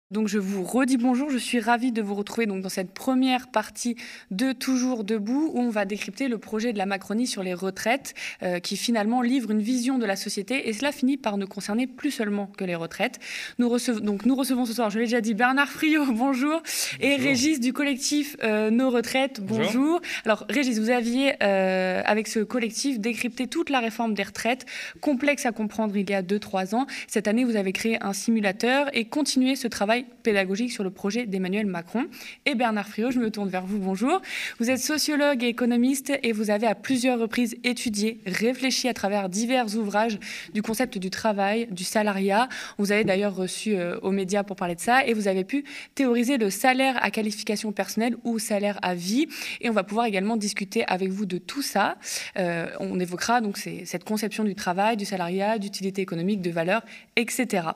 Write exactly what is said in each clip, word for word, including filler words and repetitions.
Donc je vous redis bonjour, je suis ravie de vous retrouver donc dans cette première partie de Toujours debout où on va décrypter le projet de la Macronie sur les retraites euh, qui finalement livre une vision de la société et cela finit par ne concerner plus seulement que les retraites. Nous recevons, donc nous recevons ce soir, je l'ai déjà dit, Bernard Friot, bonjour, bonjour. Et Régis du collectif euh, Nos Retraites, bonjour. bonjour. Alors Régis, vous aviez euh, avec ce collectif décrypté toute la réforme des retraites, complexe à comprendre il y a deux trois ans. Cette année, vous avez créé un simulateur et continué ce travail pédagogique sur le projet d'Emmanuel Macron. Et Bernard Friot, je me tourne vers vous, bonjour. Vous êtes sociologue et économiste et vous avez à plusieurs reprises étudié, réfléchi à travers divers ouvrages du concept du travail, du salariat. Vous avez d'ailleurs reçu euh, aux médias pour parler de ça et vous avez pu théoriser le salaire à qualification personnelle ou salaire à vie. Et on va pouvoir également discuter avec vous de tout ça. Euh, on évoquera donc ces, cette conception du travail, du salariat, d'utilité économique, de valeur, et cetera.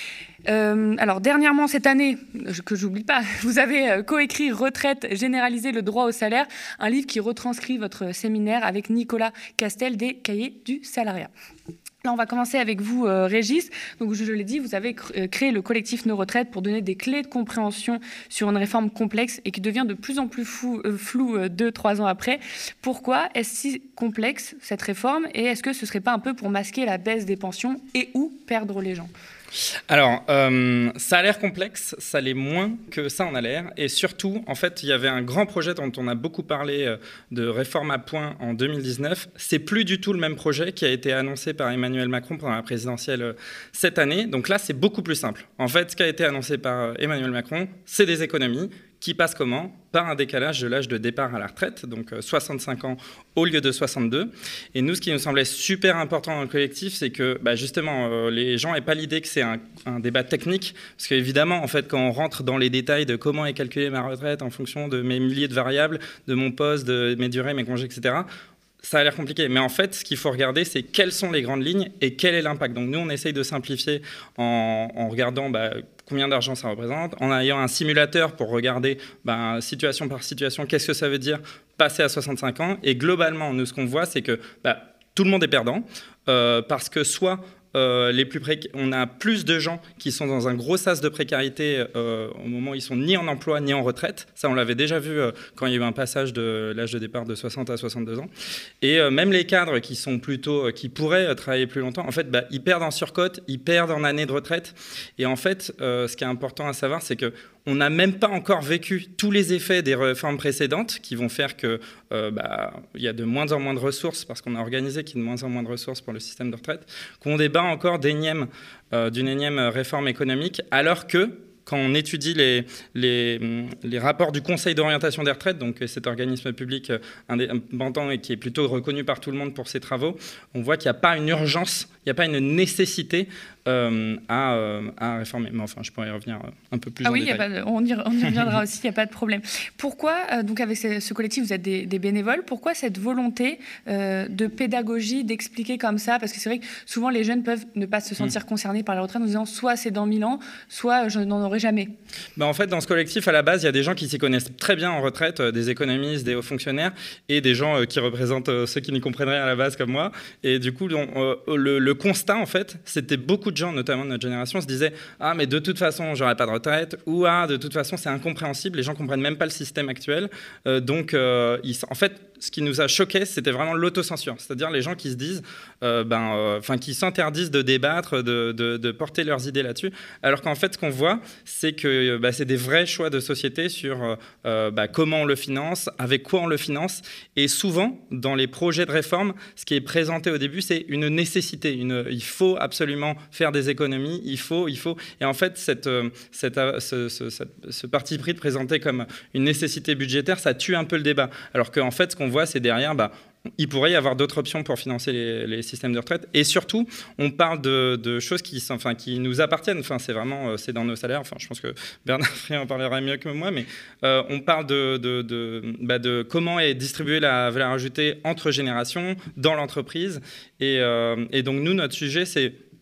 Euh, alors dernièrement cette année, que j'oublie pas, vous avez euh, coécrit Retraite généraliser le droit au salaire, un livre qui retranscrit votre séminaire avec Nicolas Castel des Cahiers du salariat. Là, on va commencer avec vous, euh, Régis. Donc, je, je l'ai dit, vous avez cr- créé le collectif Nos Retraites pour donner des clés de compréhension sur une réforme complexe et qui devient de plus en plus fou, euh, floue euh, deux, trois ans après. Pourquoi est-ce si complexe, cette réforme? Et est-ce que ce ne serait pas un peu pour masquer la baisse des pensions et ou perdre les gens? Alors, euh, ça a l'air complexe, ça l'est moins que ça en a l'air. Et surtout, en fait, il y avait un grand projet dont on a beaucoup parlé euh, de réforme à points en deux mille dix-neuf. C'est plus du tout le même projet qui a été annoncé par Emmanuel Macron pendant la présidentielle euh, cette année. Donc là, c'est beaucoup plus simple. En fait, ce qui a été annoncé par euh, Emmanuel Macron, c'est des économies qui passent comment? Par un décalage de l'âge de départ à la retraite, donc euh, soixante-cinq ans au lieu de soixante-deux. Et nous, ce qui nous semblait super important dans le collectif, c'est que bah, justement, euh, les gens n'aient pas l'idée que c'est un, un débat technique, parce qu'évidemment, en fait, quand on rentre dans les détails de comment est calculée ma retraite en fonction de mes milliers de variables, de mon poste, de mes durées, mes congés, et cetera, ça a l'air compliqué. Mais en fait, ce qu'il faut regarder, c'est quelles sont les grandes lignes et quel est l'impact. Donc nous, on essaye de simplifier en, en regardant bah, combien d'argent ça représente, en ayant un simulateur pour regarder bah, situation par situation, qu'est-ce que ça veut dire passer à soixante-cinq ans. Et globalement, nous, ce qu'on voit, c'est que bah, tout le monde est perdant, euh, parce que soit Euh, les plus pré... on a plus de gens qui sont dans un gros sas de précarité euh, au moment où ils sont ni en emploi ni en retraite. Ça, on l'avait déjà vu euh, quand il y a eu un passage de l'âge de départ de soixante à soixante-deux ans. Et euh, même les cadres qui sont plutôt, euh, qui pourraient euh, travailler plus longtemps, en fait, bah, ils perdent en surcote, ils perdent en année de retraite. Et en fait, euh, ce qui est important à savoir, c'est que on n'a même pas encore vécu tous les effets des réformes précédentes qui vont faire qu'il euh, bah, y a de moins en moins de ressources, parce qu'on a organisé qu'il y a de moins en moins de ressources pour le système de retraite, qu'on débat encore d'énième, euh, d'une énième réforme économique, alors que quand on étudie les, les, les rapports du Conseil d'orientation des retraites, donc cet organisme public indépendant et qui est plutôt reconnu par tout le monde pour ses travaux, on voit qu'il n'y a pas une urgence, il n'y a pas une nécessité euh, à, euh, à réformer. Mais enfin, je pourrais y revenir un peu plus ah en oui, détail. Y a pas de, on, y, on y reviendra aussi, il n'y a pas de problème. Pourquoi, euh, donc avec ce, ce collectif, vous êtes des, des bénévoles, pourquoi cette volonté euh, de pédagogie, d'expliquer comme ça? Parce que c'est vrai que souvent les jeunes peuvent ne pas se sentir mmh. concernés par la retraite en disant soit c'est dans mille ans, soit je n'en aurai jamais. Ben en fait, dans ce collectif, à la base, il y a des gens qui s'y connaissent très bien en retraite, euh, des économistes, des hauts fonctionnaires, et des gens euh, qui représentent euh, ceux qui n'y comprennent rien à la base comme moi. Et du coup, on, euh, le, le constat, en fait, c'était beaucoup de gens, notamment de notre génération, se disaient « Ah, mais de toute façon, j'aurai pas de retraite » ou « Ah, de toute façon, c'est incompréhensible, les gens comprennent même pas le système actuel. Euh, » Donc, euh, ils, en fait, ce qui nous a choqués, c'était vraiment l'autocensure, c'est-à-dire les gens qui se disent, euh, ben, enfin, euh, qui s'interdisent de débattre, de, de, de porter leurs idées là-dessus, alors qu'en fait, ce qu'on voit, c'est que bah, c'est des vrais choix de société sur euh, bah, comment on le finance, avec quoi on le finance, et souvent, dans les projets de réforme, ce qui est présenté au début, c'est une nécessité, une, il faut absolument faire des économies, il faut, il faut, et en fait, cette, cette, ce, ce, ce, ce parti pris de présenter comme une nécessité budgétaire, ça tue un peu le débat, alors qu'en fait, ce qu'on voit, c'est derrière, bah, il pourrait y avoir d'autres options pour financer les, les systèmes de retraite. Et surtout, on parle de, de choses qui, enfin, qui nous appartiennent. Enfin, c'est vraiment, c'est dans nos salaires. Enfin, je pense que Bernard Friot en parlera mieux que moi, mais euh, on parle de, de, de, bah, de comment est distribuée la valeur ajoutée entre générations dans l'entreprise. Et, euh, et donc, nous, notre sujet, c'est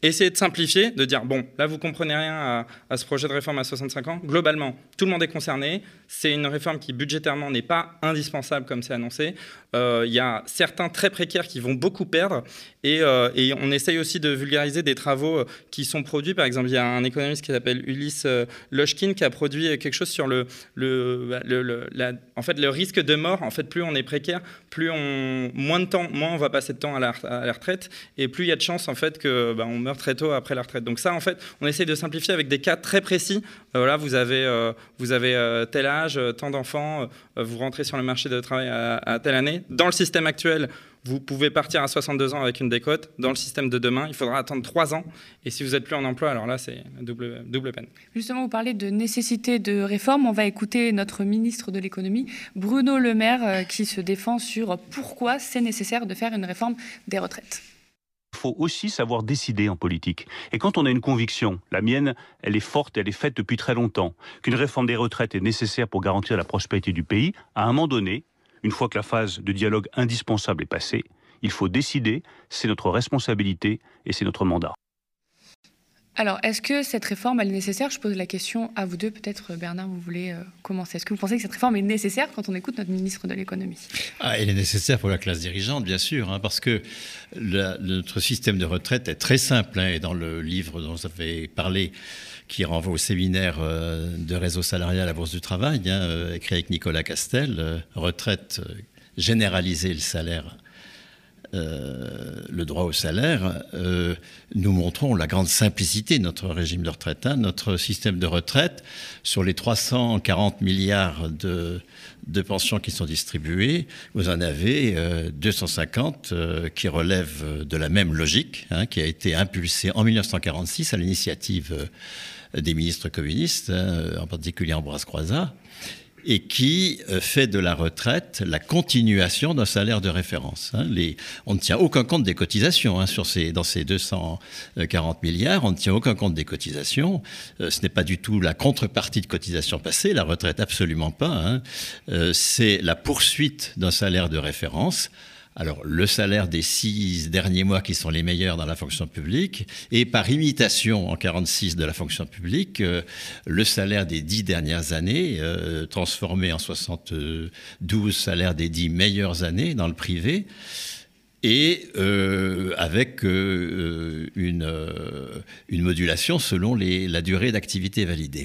essayer de simplifier, de dire, bon, là, vous comprenez rien à, à ce projet de réforme à soixante-cinq ans. Globalement, tout le monde est concerné. C'est une réforme qui, budgétairement, n'est pas indispensable, comme c'est annoncé. Il euh, y a certains très précaires qui vont beaucoup perdre. Et, euh, et on essaye aussi de vulgariser des travaux qui sont produits. Par exemple, il y a un économiste qui s'appelle Ulysse Lochkin qui a produit quelque chose sur le, le, le, le, la, en fait, le risque de mort. En fait, plus on est précaire, plus on, moins de temps, moins on va passer de temps à la, à la retraite, et plus il y a de chances en fait que bah, on meurt très tôt après la retraite. Donc ça, en fait, on essaie de simplifier avec des cas très précis. Euh, voilà, vous avez, euh, vous avez euh, tel âge, tant d'enfants, euh, vous rentrez sur le marché du travail à, à telle année. Dans le système actuel, vous pouvez partir à soixante-deux ans avec une décote. Dans le système de demain, il faudra attendre trois ans. Et si vous n'êtes plus en emploi, alors là, c'est double, double peine. Justement, vous parlez de nécessité de réforme. On va écouter notre ministre de l'économie, Bruno Le Maire, euh, qui se défend sur pourquoi c'est nécessaire de faire une réforme des retraites. Il faut aussi savoir décider en politique. Et quand on a une conviction, la mienne, elle est forte, elle est faite depuis très longtemps, qu'une réforme des retraites est nécessaire pour garantir la prospérité du pays, à un moment donné, une fois que la phase de dialogue indispensable est passée, il faut décider, c'est notre responsabilité et c'est notre mandat. Alors, est-ce que cette réforme, elle est nécessaire? Je pose la question à vous deux. Peut-être, Bernard, vous voulez euh, commencer. Est-ce que vous pensez que cette réforme est nécessaire quand on écoute notre ministre de l'économie? Ah, elle est nécessaire pour la classe dirigeante, bien sûr, hein, parce que la, notre système de retraite est très simple. Hein, et dans le livre dont vous avez parlé, qui renvoie au séminaire euh, de réseau salarial à la Bourse du Travail, hein, euh, écrit avec Nicolas Castel, euh, retraite, euh, généraliser le salaire. Euh, le droit au salaire, euh, nous montrons la grande simplicité de notre régime de retraite. Hein. Notre système de retraite, sur les trois cent quarante milliards de, de pensions qui sont distribuées, vous en avez euh, deux cent cinquante euh, qui relèvent de la même logique, hein, qui a été impulsée en mille neuf cent quarante-six à l'initiative euh, des ministres communistes, hein, en particulier Ambroise Croizat, et qui fait de la retraite la continuation d'un salaire de référence. Hein. Les, on ne tient aucun compte des cotisations hein, sur ces, dans ces deux cent quarante milliards, on ne tient aucun compte des cotisations. Euh, ce n'est pas du tout la contrepartie de cotisations passées, la retraite absolument pas. Hein. Euh, c'est la poursuite d'un salaire de référence. Alors, le salaire des six derniers mois qui sont les meilleurs dans la fonction publique, et par imitation en quarante-six de la fonction publique, euh, le salaire des dix dernières années, euh, transformé en soixante-douze salaires des dix meilleures années dans le privé, et euh, avec euh, une, euh, une modulation selon les, la durée d'activité validée.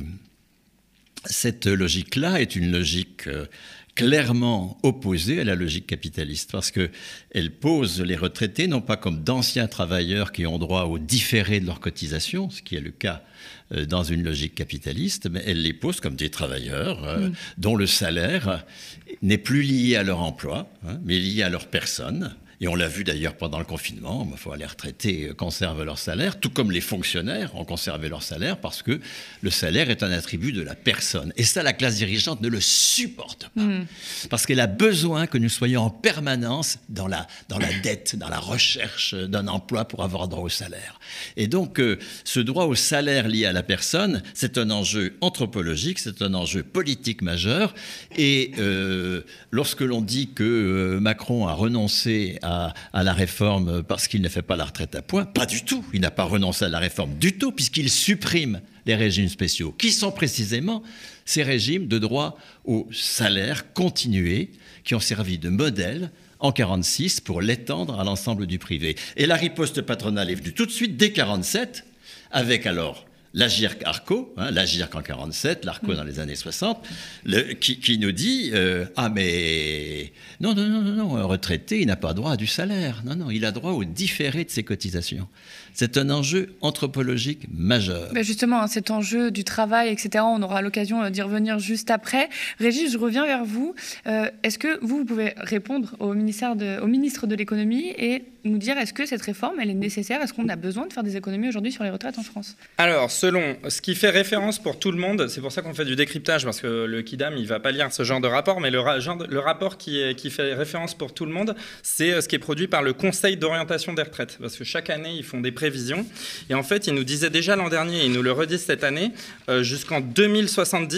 Cette logique-là est une logique euh, clairement opposée à la logique capitaliste, parce qu'elle pose les retraités non pas comme d'anciens travailleurs qui ont droit au différé de leurs cotisations, ce qui est le cas euh, dans une logique capitaliste, mais elle les pose comme des travailleurs euh, mmh. dont le salaire n'est plus lié à leur emploi, hein, mais lié à leur personne. Et on l'a vu d'ailleurs pendant le confinement, il faut les retraités conservent leur salaire, tout comme les fonctionnaires ont conservé leur salaire, parce que le salaire est un attribut de la personne. Et ça, la classe dirigeante ne le supporte pas. Mmh. Parce qu'elle a besoin que nous soyons en permanence dans la, dans la dette, dans la recherche d'un emploi pour avoir droit au salaire. Et donc, euh, ce droit au salaire lié à la personne, c'est un enjeu anthropologique, c'est un enjeu politique majeur. Et euh, lorsque l'on dit que euh, Macron a renoncé à À, à la réforme parce qu'il ne fait pas la retraite à points. Pas du tout. Il n'a pas renoncé à la réforme du tout, puisqu'il supprime les régimes spéciaux, qui sont précisément ces régimes de droit au salaire continué, qui ont servi de modèle en quarante-six pour l'étendre à l'ensemble du privé. Et la riposte patronale est venue tout de suite dès quarante-sept, avec alors l'Agirc-Arco, hein, l'Agirc en quarante-sept, l'Arco dans les années soixante, le, qui, qui nous dit euh, « Ah mais non, non, non, non, non, un retraité, il n'a pas droit à du salaire. Non, non, il a droit au différé de ses cotisations. » C'est un enjeu anthropologique majeur. Ben justement, hein, cet enjeu du travail, et cetera, on aura l'occasion d'y revenir juste après. Régis, je reviens vers vous. Euh, est-ce que vous, vous pouvez répondre au, ministère de, au ministre de l'économie et nous dire est-ce que cette réforme, elle est nécessaire? Est-ce qu'on a besoin de faire des économies aujourd'hui sur les retraites en France? Alors, selon ce qui fait référence pour tout le monde, c'est pour ça qu'on fait du décryptage, parce que le Kidam, il ne va pas lire ce genre de rapport, mais le, ra genre de, le rapport qui, est, qui fait référence pour tout le monde, c'est ce qui est produit par le Conseil d'orientation des retraites, parce que chaque année, ils font des prévisions. Et en fait, ils nous disaient déjà l'an dernier, ils nous le redisent cette année, euh, jusqu'en deux mille soixante-dix,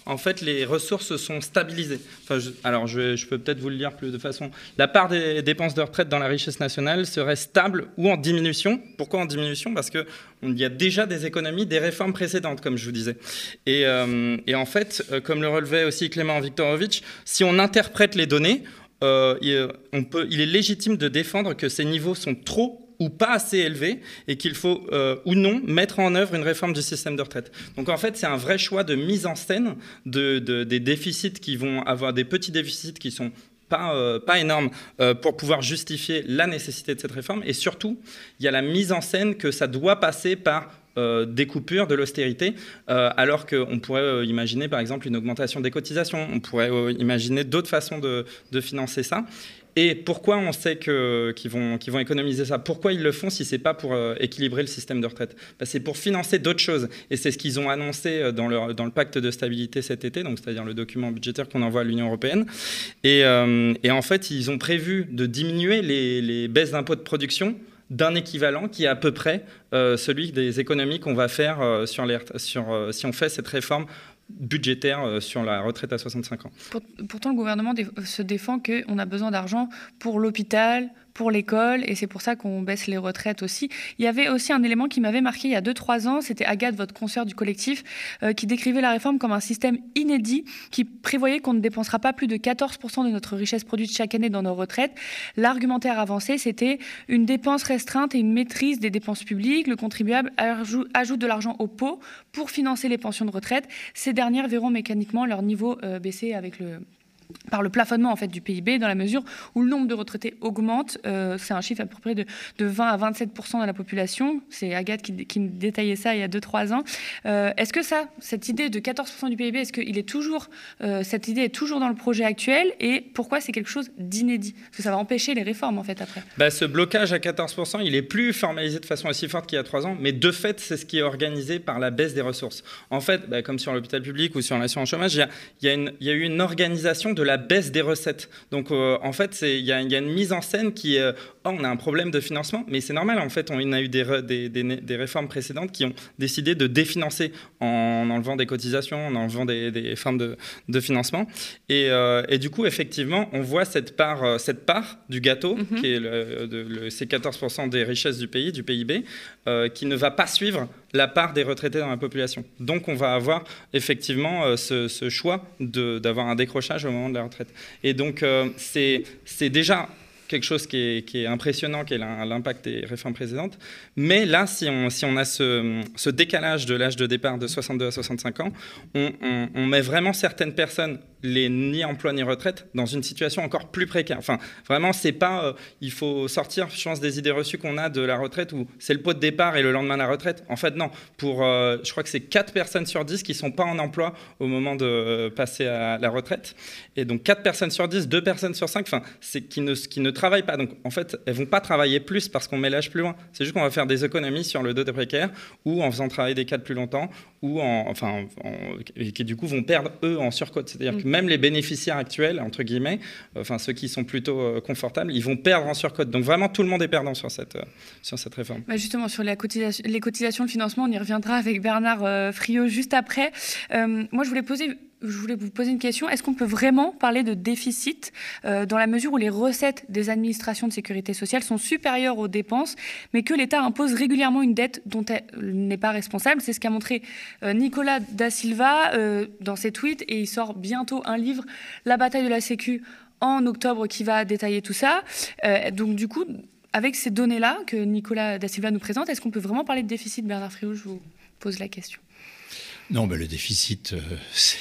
en fait, les ressources se sont stabilisées. Enfin, je, alors, je, je peux peut-être vous le lire plus de façon. La part des dépenses de retraite dans la richesse nationale serait stable ou en diminution. Pourquoi en diminution? Parce qu'il y a déjà des économies des réformes précédentes, comme je vous disais. Et, euh, et en fait, comme le relevait aussi Clément Viktorovitch, si on interprète les données, euh, il, on peut, il est légitime de défendre que ces niveaux sont trop ou pas assez élevés et qu'il faut euh, ou non mettre en œuvre une réforme du système de retraite. Donc en fait, c'est un vrai choix de mise en scène de, de, des déficits qui vont avoir des petits déficits qui sont pas, euh, pas énormes euh, pour pouvoir justifier la nécessité de cette réforme. Et surtout, il y a la mise en scène que ça doit passer par Euh, des coupures, de l'austérité, euh, alors qu'on pourrait euh, imaginer par exemple une augmentation des cotisations, on pourrait euh, imaginer d'autres façons de, de financer ça. Et pourquoi on sait que, qu'ils vont, qu'ils vont économiser ça? Pourquoi ils le font si ce n'est pas pour euh, équilibrer le système de retraite? Ben, c'est pour financer d'autres choses. Et c'est ce qu'ils ont annoncé dans, leur, dans le pacte de stabilité cet été, donc c'est-à-dire le document budgétaire qu'on envoie à l'Union européenne. Et, euh, et en fait, ils ont prévu de diminuer les, les baisses d'impôts de production d'un équivalent qui est à peu près euh, celui des économies qu'on va faire euh, sur les, sur, euh, si on fait cette réforme budgétaire euh, sur la retraite à soixante-cinq ans. Pour, pourtant, le gouvernement dé- se défend qu'on a besoin d'argent pour l'hôpital, pour l'école, et c'est pour ça qu'on baisse les retraites aussi. Il y avait aussi un élément qui m'avait marqué il y a deux trois ans, c'était Agathe, votre consoeur du collectif, euh, qui décrivait la réforme comme un système inédit, qui prévoyait qu'on ne dépensera pas plus de quatorze pour cent de notre richesse produite chaque année dans nos retraites. L'argumentaire avancé, c'était une dépense restreinte et une maîtrise des dépenses publiques. Le contribuable ajoute, ajoute de l'argent au pot pour financer les pensions de retraite. Ces dernières verront mécaniquement leur niveau euh, baisser avec le... par le plafonnement en fait, du P I B, dans la mesure où le nombre de retraités augmente. Euh, c'est un chiffre à peu près de, de vingt à vingt-sept pour cent de la population. C'est Agathe qui, qui détaillait ça il y a deux trois ans. Euh, est-ce que ça, cette idée de quatorze pour cent du P I B, est-ce qu'il est toujours, euh, cette idée est toujours dans le projet actuel? Et pourquoi c'est quelque chose d'inédit? Parce que ça va empêcher les réformes, en fait, après. Bah, ce blocage à quatorze pour cent, il est plus formalisé de façon aussi forte qu'il y a trois ans, mais de fait, c'est ce qui est organisé par la baisse des ressources. En fait, bah, comme sur l'hôpital public ou sur l'assurance chômage, il y a, il y a une, il y a eu une organisation de la baisse des recettes. Donc, euh, en fait, il y, y a une mise en scène qui est... Euh, oh, on a un problème de financement, mais c'est normal. En fait, on, on a eu des, re, des, des, des réformes précédentes qui ont décidé de définancer en enlevant des cotisations, en enlevant des, des formes de, de financement. Et, euh, et du coup, effectivement, on voit cette part, cette part du gâteau, mm-hmm. qui est le, de, le, ces quatorze pour cent des richesses du pays, du P I B, euh, qui ne va pas suivre la part des retraités dans la population. Donc, on va avoir effectivement euh, ce, ce choix de, d'avoir un décrochage au moment de la retraite. Et donc, euh, c'est, c'est déjà quelque chose qui est, qui est impressionnant, qui est l'impact des réformes précédentes. Mais là, si on, si on a ce, ce décalage de l'âge de départ de soixante-deux à soixante-cinq ans, on, on, on met vraiment certaines personnes, les ni emploi ni retraite, dans une situation encore plus précaire. Enfin, vraiment, c'est pas... Euh, il faut sortir, je pense, des idées reçues qu'on a de la retraite où c'est le pot de départ et le lendemain la retraite. En fait, non. Pour, euh, je crois que c'est quatre personnes sur dix qui sont pas en emploi au moment de euh, passer à la retraite. Et donc, quatre personnes sur dix, deux personnes sur cinq, enfin, c'est qui ne, qui ne travaillent pas. Donc, en fait, elles vont pas travailler plus parce qu'on met l'âge plus loin. C'est juste qu'on va faire des économies sur le dos des précaires ou en faisant travailler des cadres plus longtemps ou en, enfin, en, et qui du coup vont perdre eux en surcote. C'est-à-dire mmh. que même les bénéficiaires actuels, entre guillemets, enfin ceux qui sont plutôt euh, confortables, ils vont perdre en surcote. Donc vraiment, tout le monde est perdant sur cette, euh, sur cette réforme. Bah justement, sur la cotisation, les cotisations, le financement, on y reviendra avec Bernard euh, Friot juste après. Euh, moi, je voulais poser... Je voulais vous poser une question. Est-ce qu'on peut vraiment parler de déficit euh, dans la mesure où les recettes des administrations de sécurité sociale sont supérieures aux dépenses, mais que l'État impose régulièrement une dette dont elle n'est pas responsable? C'est ce qu'a montré euh, Nicolas Da Silva euh, dans ses tweets, et il sort bientôt un livre, La bataille de la Sécu, en octobre, qui va détailler tout ça. Euh, donc du coup, avec ces données-là que Nicolas Da Silva nous présente, est-ce qu'on peut vraiment parler de déficit? Bernard Friot, je vous pose la question. Non, mais le déficit, euh,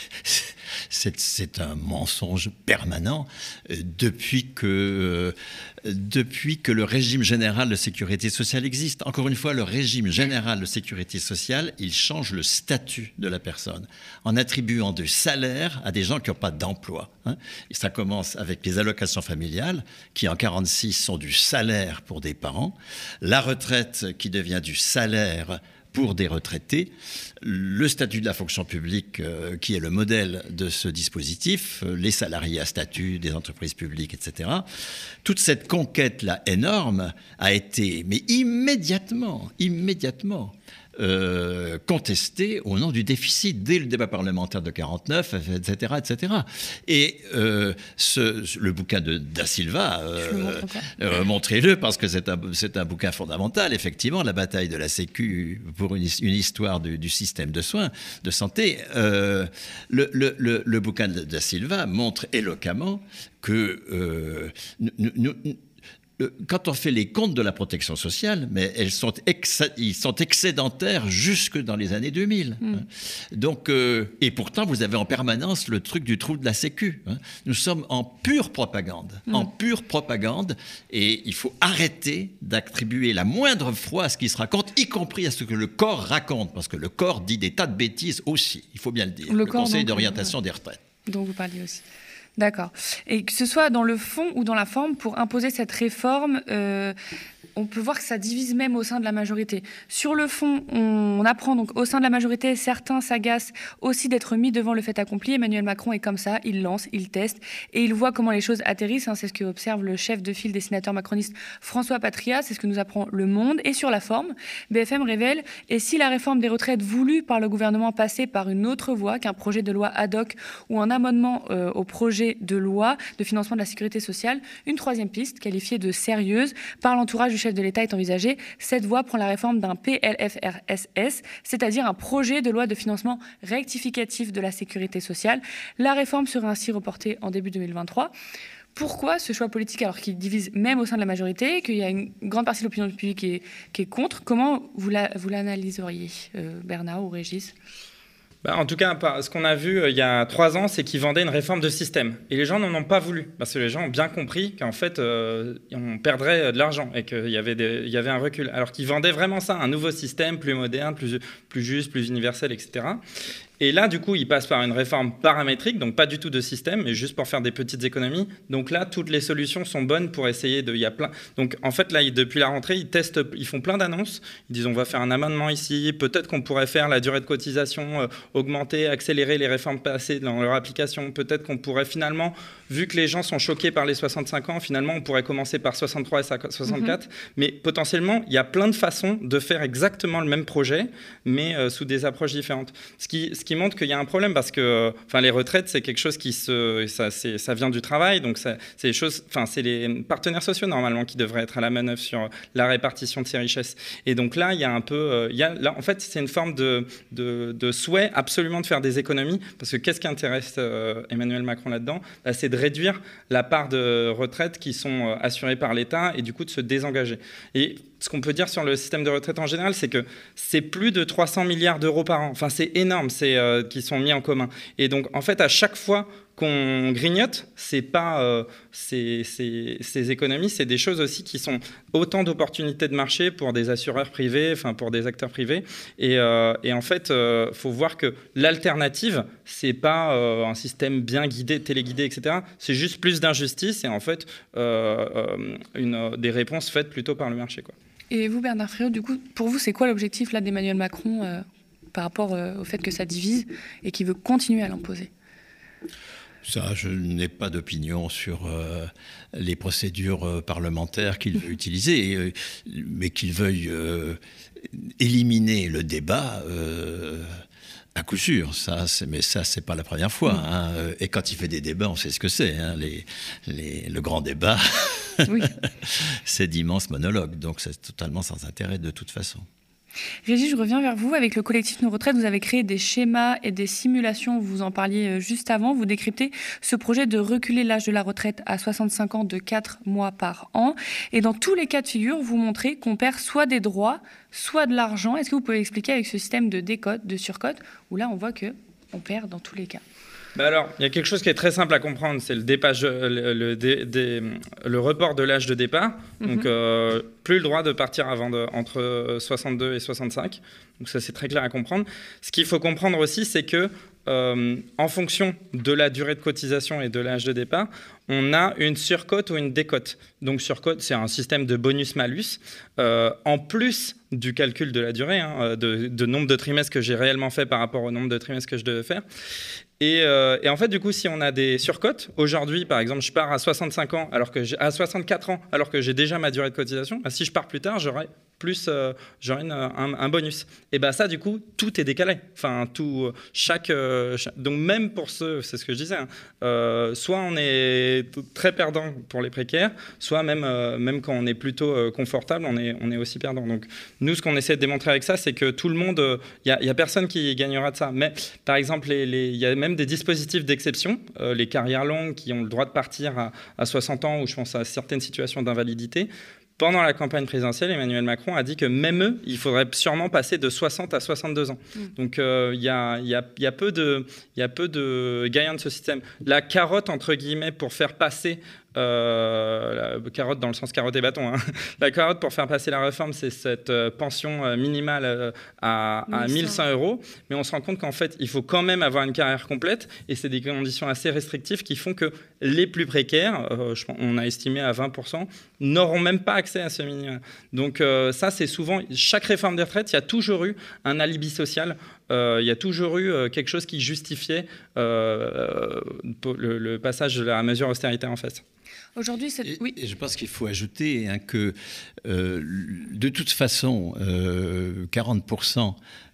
c'est, c'est un mensonge permanent euh, depuis que, euh, depuis que le régime général de sécurité sociale existe. Encore une fois, le régime général de sécurité sociale, il change le statut de la personne en attribuant du salaire à des gens qui n'ont pas d'emploi. Hein. Et ça commence avec les allocations familiales, qui en quarante-six sont du salaire pour des parents, la retraite qui devient du salaire pour des retraités, le statut de la fonction publique euh, qui est le modèle de ce dispositif, euh, les salariés à statut des entreprises publiques, et cetera. Toute cette conquête-là énorme a été, mais immédiatement, immédiatement, euh, contestée au nom du déficit dès le débat parlementaire de quarante-neuf, et cetera, et cetera. Et euh, ce, le bouquin de Da Silva, euh, euh, montrez-le parce que c'est un, c'est un bouquin fondamental, effectivement, la bataille de la Sécu pour une, une histoire du, du système de soins, de santé. Euh, le, le, le, le bouquin de Da Silva montre éloquemment que euh, nous, nous, quand on fait les comptes de la protection sociale, mais elles sont ex, ils sont excédentaires jusque dans les années deux mille. Mm. Hein. Donc, euh, et pourtant, vous avez en permanence le truc du trou de la Sécu. Hein. Nous sommes en pure propagande, mm. en pure propagande, et il faut arrêter d'attribuer la moindre foi à ce qui se raconte, y compris à ce que le corps raconte, parce que le corps dit des tas de bêtises aussi, il faut bien le dire. Le, le Conseil d'orientation ouais. des retraites. Dont vous parliez aussi. D'accord. Et que ce soit dans le fond ou dans la forme, pour imposer cette réforme, euh, on peut voir que ça divise même au sein de la majorité. Sur le fond, on apprend donc au sein de la majorité, certains s'agacent aussi d'être mis devant le fait accompli. Emmanuel Macron est comme ça, il lance, il teste et il voit comment les choses atterrissent. Hein, c'est ce que observe le chef de file des sénateurs macronistes François Patria, c'est ce que nous apprend Le Monde. Et sur la forme, B F M révèle « Et si la réforme des retraites voulue par le gouvernement passait par une autre voie qu'un projet de loi ad hoc ou un amendement euh, au projet de loi de financement de la sécurité sociale, une troisième piste, qualifiée de sérieuse par l'entourage du chef de l'État est envisagée. Cette voie prend la réforme d'un P L F R S S, c'est-à-dire un projet de loi de financement rectificatif de la sécurité sociale. La réforme serait ainsi reportée en début deux mille vingt-trois. Pourquoi ce choix politique alors qu'il divise même au sein de la majorité, qu'il y a une grande partie de l'opinion publique qui est, qui est contre? Comment vous, la, vous l'analyseriez, euh, Bernard ou Régis? Bah, en tout cas, ce qu'on a vu euh, il y a trois ans, c'est qu'ils vendaient une réforme de système. Et les gens n'en ont pas voulu, parce que les gens ont bien compris qu'en fait, euh, on perdrait de l'argent et qu'il y avait, des, il y avait un recul. Alors qu'ils vendaient vraiment ça, un nouveau système plus moderne, plus, plus juste, plus universel, et cetera. Et là, du coup, ils passent par une réforme paramétrique, donc pas du tout de système, mais juste pour faire des petites économies. Donc là, toutes les solutions sont bonnes pour essayer de... Il y a plein... Donc en fait, là, depuis la rentrée, ils testent, ils font plein d'annonces. Ils disent, on va faire un amendement ici, peut-être qu'on pourrait faire la durée de cotisation, euh, augmenter, accélérer les réformes passées dans leur application. Peut-être qu'on pourrait finalement, vu que les gens sont choqués par les soixante-cinq ans, finalement, on pourrait commencer par soixante-trois et soixante-quatre. Mm-hmm. Mais potentiellement, il y a plein de façons de faire exactement le même projet, mais euh, sous des approches différentes. Ce qui, ce qui montre qu'il y a un problème parce que enfin, les retraites, c'est quelque chose qui se, ça, c'est, ça vient du travail, donc ça, c'est, les choses, enfin, c'est les partenaires sociaux normalement qui devraient être à la manœuvre sur la répartition de ces richesses. Et donc là, il y a un peu, euh, il y a, là, en fait, c'est une forme de, de, de souhait absolument de faire des économies, parce que qu'est-ce qui intéresse euh, Emmanuel Macron là-dedans? Bah, c'est de réduire la part de retraites qui sont euh, assurées par l'État et du coup de se désengager. Et ce qu'on peut dire sur le système de retraite en général, c'est que c'est plus de trois cents milliards d'euros par an. Enfin, c'est énorme, c'est, euh, qui sont mis en commun. Et donc, en fait, à chaque fois qu'on grignote, c'est pas euh, ces, ces, ces économies, c'est des choses aussi qui sont autant d'opportunités de marché pour des assureurs privés, enfin pour des acteurs privés. Et, euh, et en fait, il euh, faut voir que l'alternative, c'est pas euh, un système bien guidé, téléguidé, et cetera. C'est juste plus d'injustice et en fait euh, euh, une, des réponses faites plutôt par le marché, quoi. Et vous, Bernard Friot, du coup, pour vous, c'est quoi l'objectif là d'Emmanuel Macron euh, par rapport euh, au fait que ça divise et qu'il veut continuer à l'imposer? Ça, je n'ai pas d'opinion sur euh, les procédures euh, parlementaires qu'il veut utiliser, euh, mais qu'il veuille euh, éliminer le débat, euh, à coup sûr. Ça, c'est, mais ça, c'est pas la première fois. Mmh. Hein. Et quand il fait des débats, on sait ce que c'est. Hein. Les, les, le grand débat, oui. C'est d'immenses monologues. Donc, c'est totalement sans intérêt de toute façon. Régis, je reviens vers vous. Avec le collectif Nos Retraites, vous avez créé des schémas et des simulations. Vous en parliez juste avant. Vous décryptez ce projet de reculer l'âge de la retraite à soixante-cinq ans de quatre mois par an. Et dans tous les cas de figure, vous montrez qu'on perd soit des droits, soit de l'argent. Est-ce que vous pouvez expliquer avec ce système de décote, de surcote, où là, on voit qu'on perd dans tous les cas? Bah alors, il y a quelque chose qui est très simple à comprendre, c'est le, dépage, le, le, dé, dé, le report de l'âge de départ. Mm-hmm. Donc, euh, plus le droit de partir avant de, entre soixante-deux et soixante-cinq. Donc ça, c'est très clair à comprendre. Ce qu'il faut comprendre aussi, c'est que euh, en fonction de la durée de cotisation et de l'âge de départ, on a une surcote ou une décote. Donc surcote, c'est un système de bonus-malus. Euh, en plus du calcul de la durée, hein, de, de nombre de trimestres que j'ai réellement fait par rapport au nombre de trimestres que je devais faire. Et, euh, et en fait, du coup, si on a des surcotes, aujourd'hui, par exemple, je pars à soixante-cinq ans, alors que j'ai, à soixante-quatre ans, alors que j'ai déjà ma durée de cotisation, bah, si je pars plus tard, j'aurai plus euh, genre une, un, un bonus. Et bien ça, du coup, tout est décalé. Enfin, tout, chaque, euh, chaque donc même pour ceux, c'est ce que je disais, hein, euh, soit on est très perdant pour les précaires, soit même, euh, même quand on est plutôt euh, confortable, on est, on est aussi perdant. Donc nous, ce qu'on essaie de démontrer avec ça, c'est que tout le monde, il euh, n'y a, a personne qui gagnera de ça. Mais par exemple, il y a même des dispositifs d'exception, euh, les carrières longues qui ont le droit de partir à, à soixante ans, ou je pense à certaines situations d'invalidité. Pendant la campagne présidentielle, Emmanuel Macron a dit que même eux, il faudrait sûrement passer de soixante à soixante-deux ans. Mmh. Donc il euh, y, a, y, a, y a peu de, y a peu de gagnants de ce système. La carotte, entre guillemets, pour faire passer... Euh, la carotte dans le sens carotte et bâton. Hein. La carotte pour faire passer la réforme, c'est cette euh, pension euh, minimale euh, à, à mille cent euros. Mais on se rend compte qu'en fait, il faut quand même avoir une carrière complète et c'est des conditions assez restrictives qui font que les plus précaires, euh, je, on a estimé à vingt pour cent, n'auront même pas accès à ce minimum. Donc euh, ça, c'est souvent... Chaque réforme des retraites, il y a toujours eu un alibi social. Euh, il y a toujours eu euh, quelque chose qui justifiait euh, le, le passage de la mesure austéritaire en fait. Aujourd'hui, c'est... Et, oui. et je pense qu'il faut ajouter hein, que euh, de toute façon, euh, quarante pour cent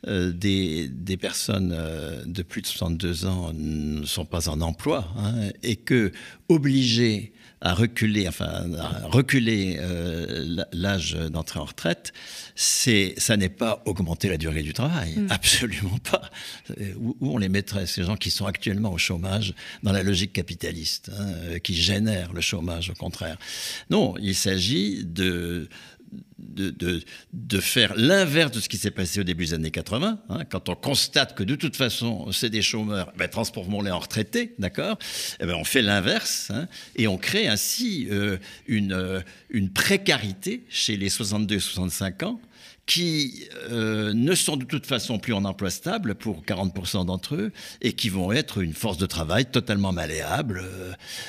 des, des personnes euh, de plus de soixante-deux ans ne sont pas en emploi hein, et que obligés à reculer, enfin, à reculer euh, l'âge d'entrée en retraite, c'est, ça n'est pas augmenter la durée du travail, mmh. absolument pas. Où, où on les mettrait, ces gens qui sont actuellement au chômage, dans la logique capitaliste, hein, qui génèrent le chômage, au contraire. Non, il s'agit de... De, de, de faire l'inverse de ce qui s'est passé au début des années quatre-vingts. Hein, quand on constate que de toute façon, c'est des chômeurs, ben, transformons-les en retraités, d'accord ? Eh ben, on fait l'inverse hein, et on crée ainsi euh, une, euh, une précarité chez les soixante-deux soixante-cinq ans qui euh, ne sont de toute façon plus en emploi stable pour quarante pour cent d'entre eux et qui vont être une force de travail totalement malléable euh,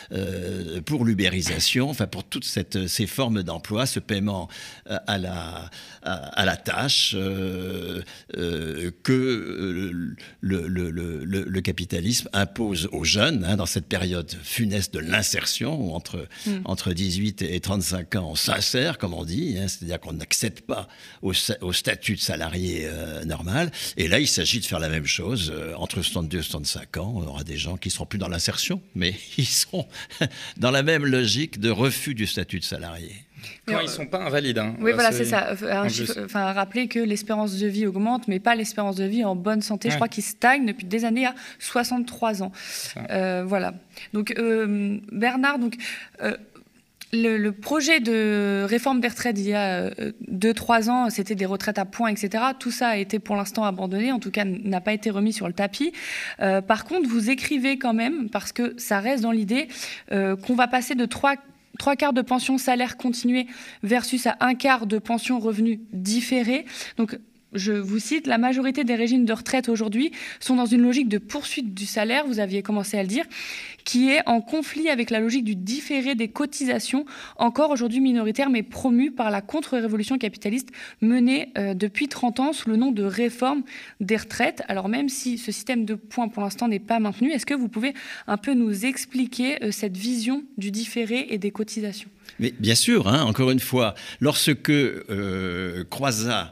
euh, pour l'ubérisation, enfin pour toutes cette, ces formes d'emploi, ce paiement à la, à, à la tâche euh, euh, que le, le, le, le, le capitalisme impose aux jeunes hein, dans cette période funeste de l'insertion où entre, mmh. entre dix-huit et trente-cinq ans on s'insère, comme on dit, hein, c'est-à-dire qu'on n'accède pas au au statut de salarié euh, normal. Et là, il s'agit de faire la même chose. Euh, entre soixante-deux et soixante-cinq ans, on aura des gens qui ne seront plus dans l'insertion, mais ils seront dans la même logique de refus du statut de salarié. Quand ils ne sont pas invalides. Hein. Oui, voilà, c'est ça. Un chiffre, enfin, rappeler que l'espérance de vie augmente, mais pas l'espérance de vie en bonne santé. Ouais. Je crois qu'il stagne depuis des années à soixante-trois ans. Euh, voilà. Donc, euh, Bernard, donc... Euh, Le, le projet de réforme des retraites il y a deux trois ans, c'était des retraites à points, et cetera. Tout ça a été pour l'instant abandonné, en tout cas n'a pas été remis sur le tapis. Euh, par contre, vous écrivez quand même, parce que ça reste dans l'idée, euh, qu'on va passer de trois Trois quarts de pension salaire continué versus à un quart de pension revenu différé. Donc, je vous cite, la majorité des régimes de retraite aujourd'hui sont dans une logique de poursuite du salaire, vous aviez commencé à le dire, qui est en conflit avec la logique du différé des cotisations, encore aujourd'hui minoritaire, mais promue par la contre-révolution capitaliste menée euh, depuis trente ans sous le nom de réforme des retraites. Alors même si ce système de points pour l'instant n'est pas maintenu, est-ce que vous pouvez un peu nous expliquer euh, cette vision du différé et des cotisations ? Mais bien sûr, hein, encore une fois, lorsque euh, Croizat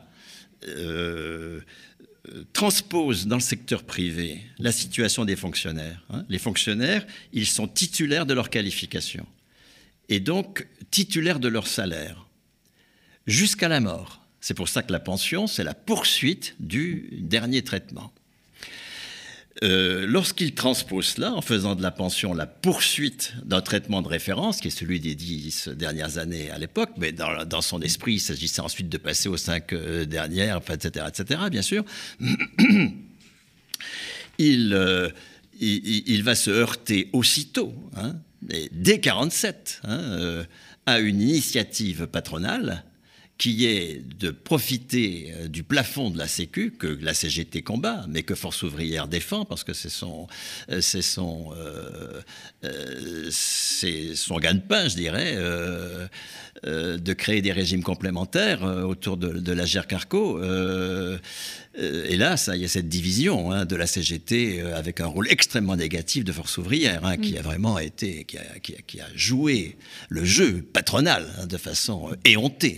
Euh, transpose dans le secteur privé la situation des fonctionnaires. Hein. Les fonctionnaires, ils sont titulaires de leur qualification et donc titulaires de leur salaire jusqu'à la mort. C'est pour ça que la pension, c'est la poursuite du dernier traitement. Euh, lorsqu'il transpose cela, en faisant de la pension la poursuite d'un traitement de référence, qui est celui des dix dernières années à l'époque, mais dans, dans son esprit, il s'agissait ensuite de passer aux cinq euh, dernières, enfin, et cetera, et cetera, bien sûr, il, euh, il, il va se heurter aussitôt, hein, et dès quarante-sept, hein, euh, à une initiative patronale qui est de profiter du plafond de la Sécu, que la C G T combat, mais que Force ouvrière défend, parce que c'est son, c'est son, euh, euh, c'est son gagne-pain, je dirais, euh, euh, de créer des régimes complémentaires euh, autour de, de la G E R Carco. Euh, euh, et là, ça, il y a cette division hein, de la C G T euh, avec un rôle extrêmement négatif de Force ouvrière, hein, mmh. qui a vraiment été, qui a, qui a, qui a joué le jeu patronal hein, de façon éhontée hein, pendant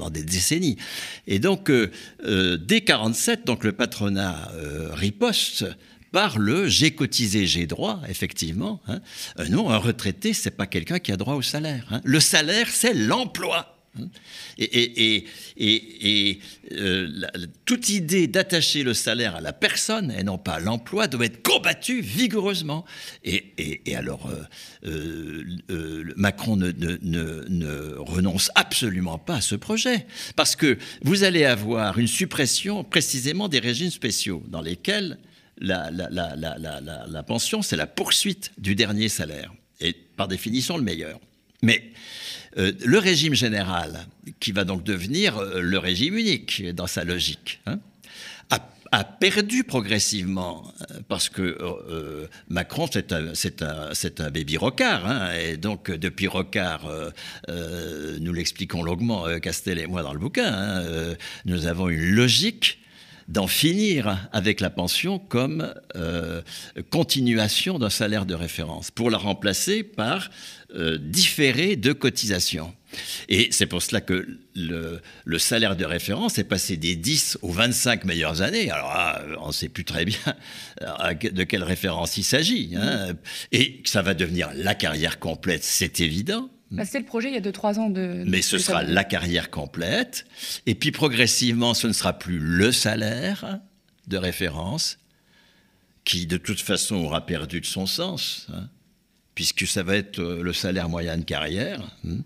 pendant des décennies. Et donc, euh, euh, dès quarante-sept, donc le patronat euh, riposte par le « j'ai cotisé, j'ai droit », effectivement. Hein. Euh, non, un retraité, c'est pas quelqu'un qui a droit au salaire. Hein. Le salaire, c'est l'emploi. Et, et, et, et, et euh, la, toute idée d'attacher le salaire à la personne et non pas à l'emploi doit être combattue vigoureusement. Et, et, et alors, euh, euh, euh, Macron ne, ne, ne, ne renonce absolument pas à ce projet, parce que vous allez avoir une suppression précisément des régimes spéciaux dans lesquels la, la, la, la, la, la, la pension, c'est la poursuite du dernier salaire, et par définition le meilleur. Mais euh, le régime général, qui va donc devenir euh, le régime unique dans sa logique, hein, a, a perdu progressivement, parce que euh, Macron, c'est un, c'est un, c'est un baby Rocard, hein, et donc depuis Rocard, euh, euh, nous l'expliquons longuement, euh, Castel et moi dans le bouquin, hein, euh, nous avons une logique d'en finir avec la pension comme euh, continuation d'un salaire de référence, pour la remplacer par euh, différé de cotisation. Et c'est pour cela que le, le salaire de référence est passé des dix aux vingt-cinq meilleures années. Alors là, on ne sait plus très bien de quelle référence il s'agit. Hein. Et ça va devenir la carrière complète, c'est évident. Bah, c'était le projet il y a deux trois ans. De, Mais ce de sera salaire. la carrière complète. Et puis progressivement, ce ne sera plus le salaire de référence, qui de toute façon aura perdu de son sens, hein, puisque ça va être le salaire moyen de carrière, hein,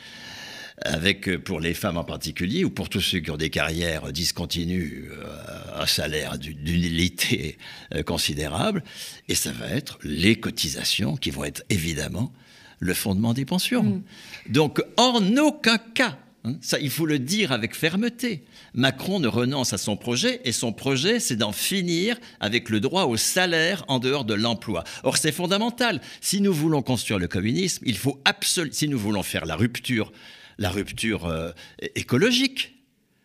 avec, pour les femmes en particulier, ou pour tous ceux qui ont des carrières discontinues, euh, un salaire d'une utilité euh, considérable. Et ça va être les cotisations qui vont être évidemment le fondement des pensions. Mmh. Donc, en aucun cas, hein, ça, il faut le dire avec fermeté, Macron ne renonce à son projet, et son projet, c'est d'en finir avec le droit au salaire en dehors de l'emploi. Or, c'est fondamental. Si nous voulons construire le communisme, il faut absolument, si nous voulons faire la rupture, la rupture euh, écologique,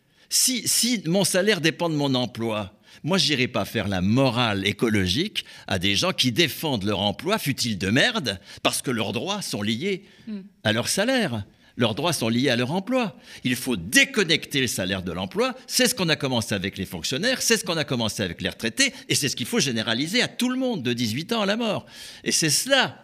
si, si mon salaire dépend de mon emploi, moi, je n'irai pas faire la morale écologique à des gens qui défendent leur emploi, fût-il de merde, parce que leurs droits sont liés mmh. à leur salaire. Leurs droits sont liés à leur emploi. Il faut déconnecter le salaire de l'emploi. C'est ce qu'on a commencé avec les fonctionnaires, c'est ce qu'on a commencé avec les retraités, et c'est ce qu'il faut généraliser à tout le monde, de dix-huit ans à la mort. Et c'est cela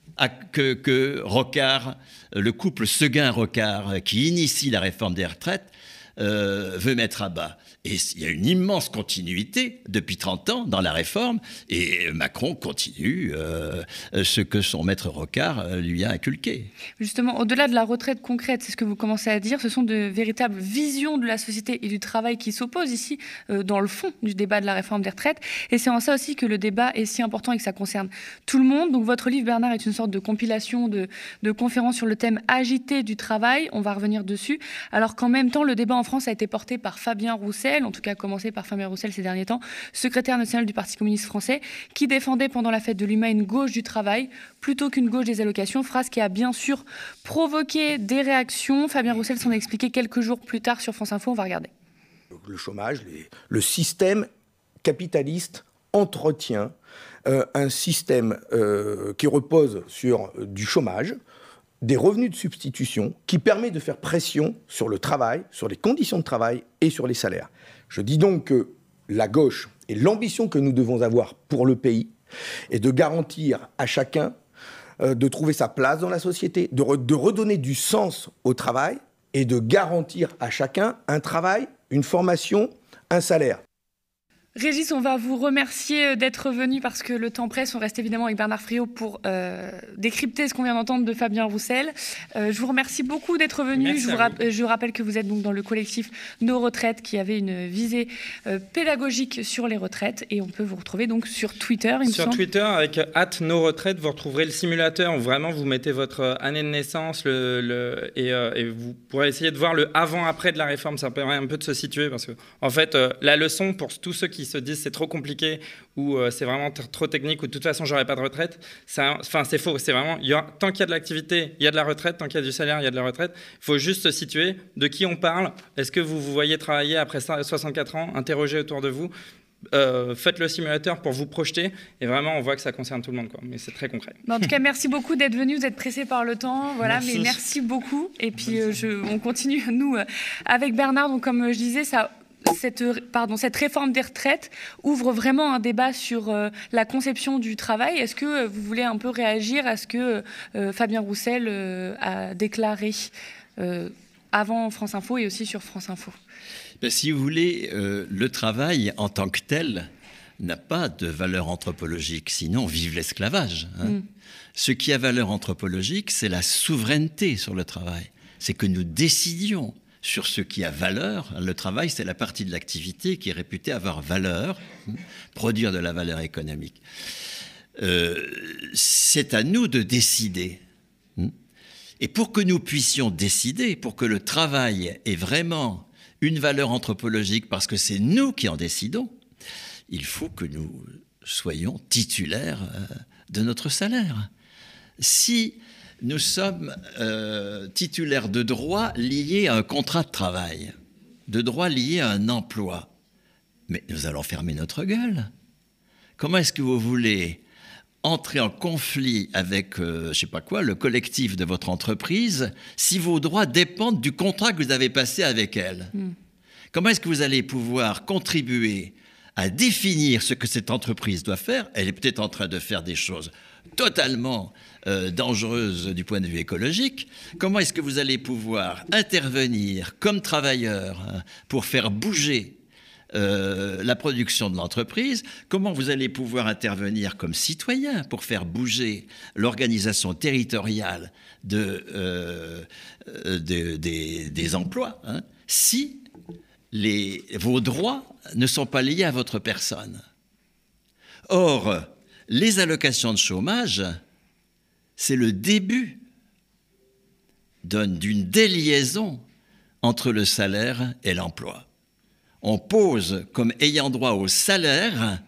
que, que Rocard, le couple Seguin-Rocard, qui initie la réforme des retraites, euh, veut mettre à bas. Et il y a une immense continuité depuis trente ans dans la réforme, et Macron continue euh, ce que son maître Rocard lui a inculqué. Justement, au-delà de la retraite concrète, c'est ce que vous commencez à dire, ce sont de véritables visions de la société et du travail qui s'opposent ici, euh, dans le fond du débat de la réforme des retraites. Et c'est en ça aussi que le débat est si important et que ça concerne tout le monde. Donc votre livre, Bernard, est une sorte de compilation de, de conférences sur le thème agité du travail. On va revenir dessus. Alors qu'en même temps, le débat en France a été porté par Fabien Roussel, en tout cas commencé par Fabien Roussel ces derniers temps, secrétaire national du Parti communiste français, qui défendait pendant la fête de l'U M A une gauche du travail plutôt qu'une gauche des allocations, phrase qui a bien sûr provoqué des réactions. Fabien Roussel s'en a expliqué quelques jours plus tard sur France Info, on va regarder. Le chômage, les, le système capitaliste entretient euh, un système euh, qui repose sur euh, du chômage, des revenus de substitution, qui permet de faire pression sur le travail, sur les conditions de travail et sur les salaires. Je dis donc que la gauche et l'ambition que nous devons avoir pour le pays est de garantir à chacun euh, de trouver sa place dans la société, de, re, de redonner du sens au travail et de garantir à chacun un travail, une formation, un salaire. Régis, on va vous remercier d'être venu parce que le temps presse. On reste évidemment avec Bernard Friot pour euh, décrypter ce qu'on vient d'entendre de Fabien Roussel. Euh, je vous remercie beaucoup d'être venu. Je vous, rap- je rappelle que vous êtes donc dans le collectif Nos Retraites qui avait une visée euh, pédagogique sur les retraites, et on peut vous retrouver donc sur Twitter. Il sur me Twitter avec arobase nos retraites, vous retrouverez le simulateur où vraiment vous mettez votre année de naissance le, le, et, euh, et vous pourrez essayer de voir le avant-après de la réforme. Ça permet un peu de se situer parce que en fait euh, la leçon pour tous ceux qui se disent c'est trop compliqué ou euh, c'est vraiment t- trop technique ou de toute façon j'aurai pas de retraite, ça, enfin c'est faux, c'est vraiment, il y a, tant qu'il y a de l'activité, il y a de la retraite, tant qu'il y a du salaire, il y a de la retraite. Il faut juste se situer de qui on parle. Est-ce que vous vous voyez travailler après soixante-quatre ans, interroger autour de vous. Euh, faites le simulateur pour vous projeter et vraiment on voit que ça concerne tout le monde, quoi. Mais c'est très concret. En tout cas, merci beaucoup d'être venu, vous êtes pressé par le temps, voilà, merci. Mais merci beaucoup. Et puis euh, je, on continue nous euh, avec Bernard. Donc comme je disais, ça, cette, pardon, cette réforme des retraites ouvre vraiment un débat sur euh, la conception du travail. Est-ce que euh, vous voulez un peu réagir à ce que euh, Fabien Roussel euh, a déclaré euh, avant France Info et aussi sur France Info? Ben, si vous voulez, euh, le travail en tant que tel n'a pas de valeur anthropologique, sinon vive l'esclavage. Hein. Mm. Ce qui a valeur anthropologique, c'est la souveraineté sur le travail. C'est que nous décidions sur ce qui a valeur. Le travail, c'est la partie de l'activité qui est réputée avoir valeur, hein, produire de la valeur économique. Euh, c'est à nous de décider. Hein. Et pour que nous puissions décider, pour que le travail ait vraiment une valeur anthropologique, parce que c'est nous qui en décidons, il faut que nous soyons titulaires de notre salaire. Si nous sommes euh, titulaires de droits liés à un contrat de travail, de droits liés à un emploi, mais nous allons fermer notre gueule. Comment est-ce que vous voulez entrer en conflit avec, euh, je ne sais pas quoi, le collectif de votre entreprise, si vos droits dépendent du contrat que vous avez passé avec elle? Mm. Comment est-ce que vous allez pouvoir contribuer à définir ce que cette entreprise doit faire? Elle est peut-être en train de faire des choses totalement euh, dangereuses du point de vue écologique. Comment est-ce que vous allez pouvoir intervenir comme travailleur, hein, pour faire bouger Euh, la production de l'entreprise? Comment vous allez pouvoir intervenir comme citoyen pour faire bouger l'organisation territoriale de, euh, de, des, des emplois, hein, si les, vos droits ne sont pas liés à votre personne? Or, les allocations de chômage, c'est le début d'une déliaison entre le salaire et l'emploi. On pose comme ayant droit au salaire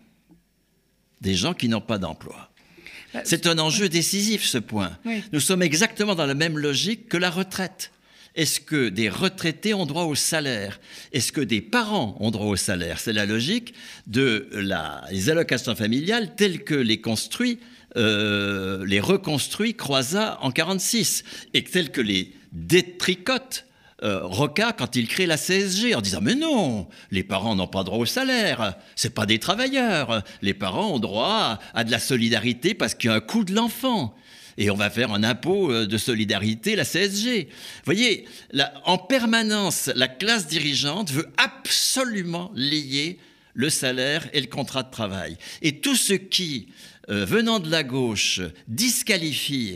des gens qui n'ont pas d'emploi. C'est un enjeu décisif, ce point. Oui. Nous sommes exactement dans la même logique que la retraite. Est-ce que des retraités ont droit au salaire? Est-ce que des parents ont droit au salaire? C'est la logique de la, les allocations familiales telles que les construit, euh, les reconstruit Croizat en quarante-six et telles que les détricote Euh, Roca quand il crée la C S G en disant « Mais non, les parents n'ont pas droit au salaire, c'est pas des travailleurs, les parents ont droit à de la solidarité parce qu'il y a un coût de l'enfant. Et on va faire un impôt de solidarité, la C S G. » Vous voyez, là, en permanence, la classe dirigeante veut absolument lier le salaire et le contrat de travail. Et tout ce qui, euh, venant de la gauche, disqualifie